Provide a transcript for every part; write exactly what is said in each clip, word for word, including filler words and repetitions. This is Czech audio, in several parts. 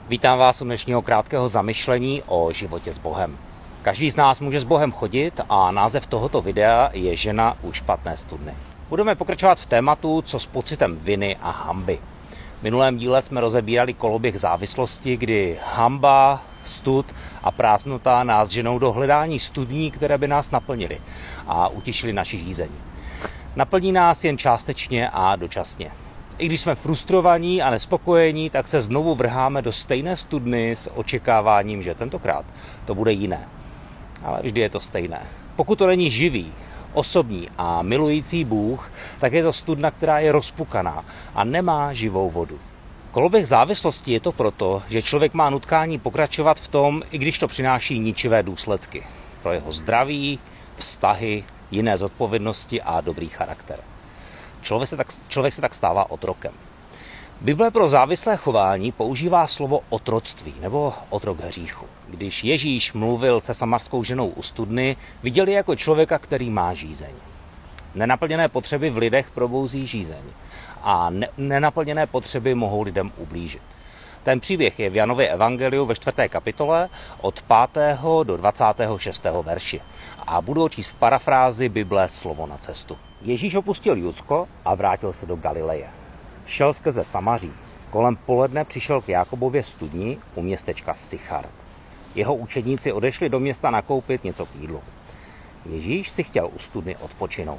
Vítám vás u dnešního krátkého zamyšlení o životě s Bohem. Každý z nás může s Bohem chodit a název tohoto videa je Žena u špatné studny. Budeme pokračovat v tématu, co s pocitem viny a hanby. V minulém díle jsme rozebírali koloběh závislosti, kdy hanba, stud a prázdnota nás ženou do hledání studní, které by nás naplnily a utišily naši žízeň. Naplní nás jen částečně a dočasně. I když jsme frustrovaní a nespokojení, tak se znovu vrháme do stejné studny s očekáváním, že tentokrát to bude jiné. Ale vždy je to stejné. Pokud to není živý, osobní a milující Bůh, tak je to studna, která je rozpukaná a nemá živou vodu. Koloběh závislosti je to proto, že člověk má nutkání pokračovat v tom, i když to přináší ničivé důsledky pro jeho zdraví, vztahy, jiné zodpovědnosti a dobrý charakter. Člověk se tak, člověk se tak stává otrokem. Bible pro závislé chování používá slovo otroctví nebo otrok hříchu. Když Ježíš mluvil se samarskou ženou u studny, viděl ji jako člověka, který má žízeň. Nenaplněné potřeby v lidech probouzí žízeň a ne, nenaplněné potřeby mohou lidem ublížit. Ten příběh je v Janově evangeliu ve čtvrté kapitole od pátého do dvacátého šestého verši a budu číst v parafrázi Bible slovo na cestu. Ježíš opustil Judsko a vrátil se do Galileje. Šel skrze Samaří. Kolem poledne přišel k Jákobově studni u městečka Sychar. Jeho učedníci odešli do města nakoupit něco k jídlu. Ježíš si chtěl u studny odpočinout.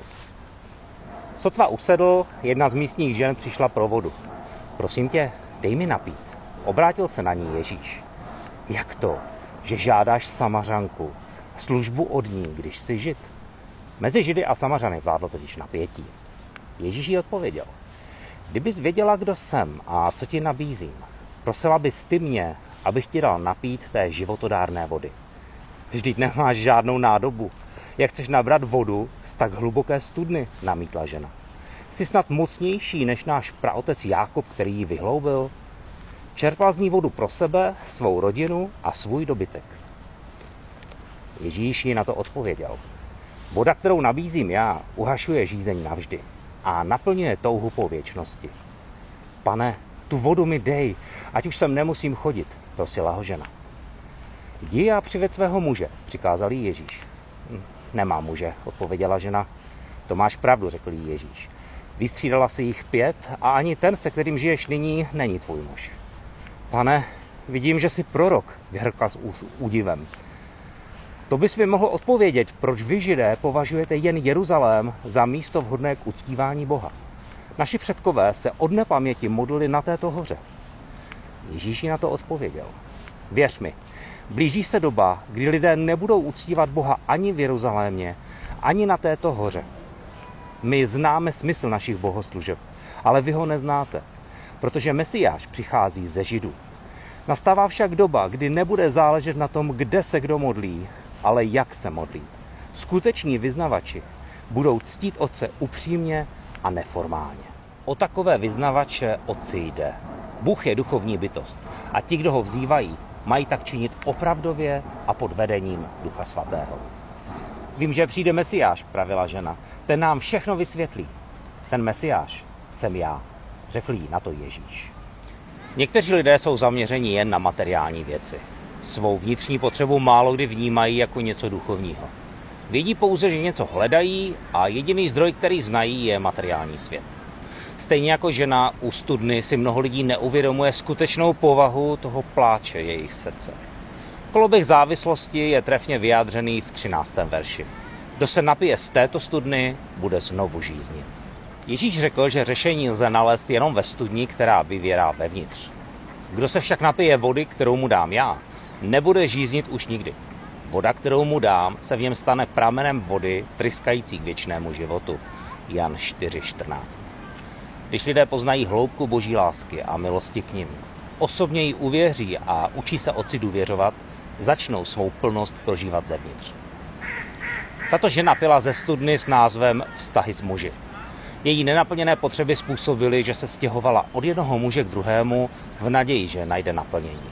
Sotva usedl, jedna z místních žen přišla pro vodu. Prosím tě, dej mi napít. Obrátil se na ní Ježíš. Jak to, že žádáš Samařanku službu od ní, když jsi Žid? Mezi Židy a Samařany vládlo totiž napětí. Ježíš jí odpověděl. Kdybys věděla, kdo jsem a co ti nabízím, prosila bys ty mě, abych ti dal napít té životodárné vody. Vždyť nemáš žádnou nádobu. Jak chceš nabrat vodu z tak hluboké studny, namítla žena. Jsi snad mocnější než náš praotec Jákob, který ji vyhloubil? Čerpal z ní vodu pro sebe, svou rodinu a svůj dobytek. Ježíš jí na to odpověděl. Voda, kterou nabízím já, uhašuje žízeň navždy a naplňuje touhu po věčnosti. Pane, tu vodu mi dej, ať už sem nemusím chodit, prosila ho žena. Jdi a přived svého muže, přikázal jí Ježíš. Nemám muže, odpověděla žena. To máš pravdu, řekl jí Ježíš. Vystřídala si jich pět a ani ten, se kterým žiješ nyní, není tvůj muž. Pane, vidím, že jsi prorok, vyhrkla s údivem. To bys mi mohl odpovědět, proč vy, Židé, považujete jen Jeruzalém za místo vhodné k uctívání Boha. Naši předkové se od nepaměti modlili na této hoře. Ježíš jí na to odpověděl. Věř mi, blíží se doba, kdy lidé nebudou uctívat Boha ani v Jeruzalémě, ani na této hoře. My známe smysl našich bohoslužeb, ale vy ho neznáte, protože Mesiáš přichází ze Židů. Nastává však doba, kdy nebude záležet na tom, kde se kdo modlí, ale jak se modlí. Skuteční vyznavači budou ctít Otce upřímně a neformálně. O takové vyznavače Otci jde. Bůh je duchovní bytost a ti, kdo ho vzývají, mají tak činit opravdově a pod vedením Ducha Svatého. Vím, že přijde Mesiáš, pravila žena. Ten nám všechno vysvětlí. Ten Mesiáš jsem já, řekl jí na to Ježíš. Někteří lidé jsou zaměřeni jen na materiální věci. Svou vnitřní potřebu málo kdy vnímají jako něco duchovního. Vědí pouze, že něco hledají a jediný zdroj, který znají, je materiální svět. Stejně jako žena u studny si mnoho lidí neuvědomuje skutečnou povahu toho pláče jejich srdce. Koloběh závislosti je trefně vyjádřený v třináctém verši. Kdo se napije z této studny, bude znovu žíznit. Ježíš řekl, že řešení lze nalézt jenom ve studni, která vyvěrá vevnitř. Kdo se však napije vody, kterou mu dám já, nebude žíznit už nikdy. Voda, kterou mu dám, se v něm stane pramenem vody, tryskající k věčnému životu. Jan čtyři čtrnáct. Když lidé poznají hloubku boží lásky a milosti k nim, osobně jí uvěří a učí se Otci důvěřovat, začnou svou plnost prožívat zevnitř. Tato žena pila ze studny s názvem Vztahy s muži. Její nenaplněné potřeby způsobily, že se stěhovala od jednoho muže k druhému v naději, že najde naplnění.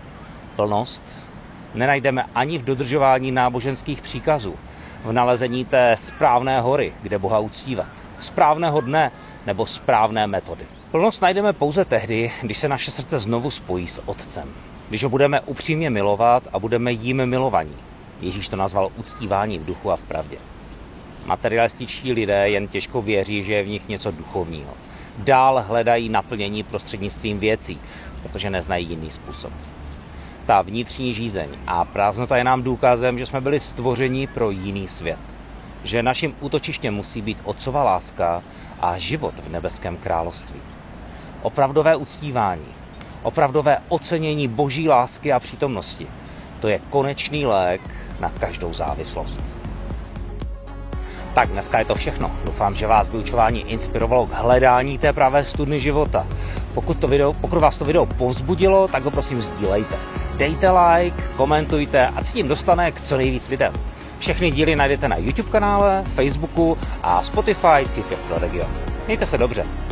Plnost nenajdeme ani v dodržování náboženských příkazů, v nalezení té správné hory, kde Boha uctívat, správného dne nebo správné metody. Plnost najdeme pouze tehdy, když se naše srdce znovu spojí s Otcem. Když ho budeme upřímně milovat a budeme jím milovaní. Ježíš to nazval uctívání v duchu a v pravdě. Materialističtí lidé jen těžko věří, že je v nich něco duchovního. Dál hledají naplnění prostřednictvím věcí, protože neznají jiný způsob. Ta vnitřní žízeň a prázdnota je nám důkazem, že jsme byli stvořeni pro jiný svět. Že naším útočištěm musí být Otcova láska a život v nebeském království. Opravdové uctívání, opravdové ocenění Boží lásky a přítomnosti, to je konečný lék na každou závislost. Tak dneska je to všechno. Doufám, že vás vyučování inspirovalo k hledání té pravé studny života. Pokud, to video, pokud vás to video povzbudilo, tak ho prosím sdílejte. Dejte like, komentujte a se tím dostane k co nejvíc lidem. Všechny díly najdete na YouTube kanále, Facebooku a Spotify Církev pro region. Mějte se dobře.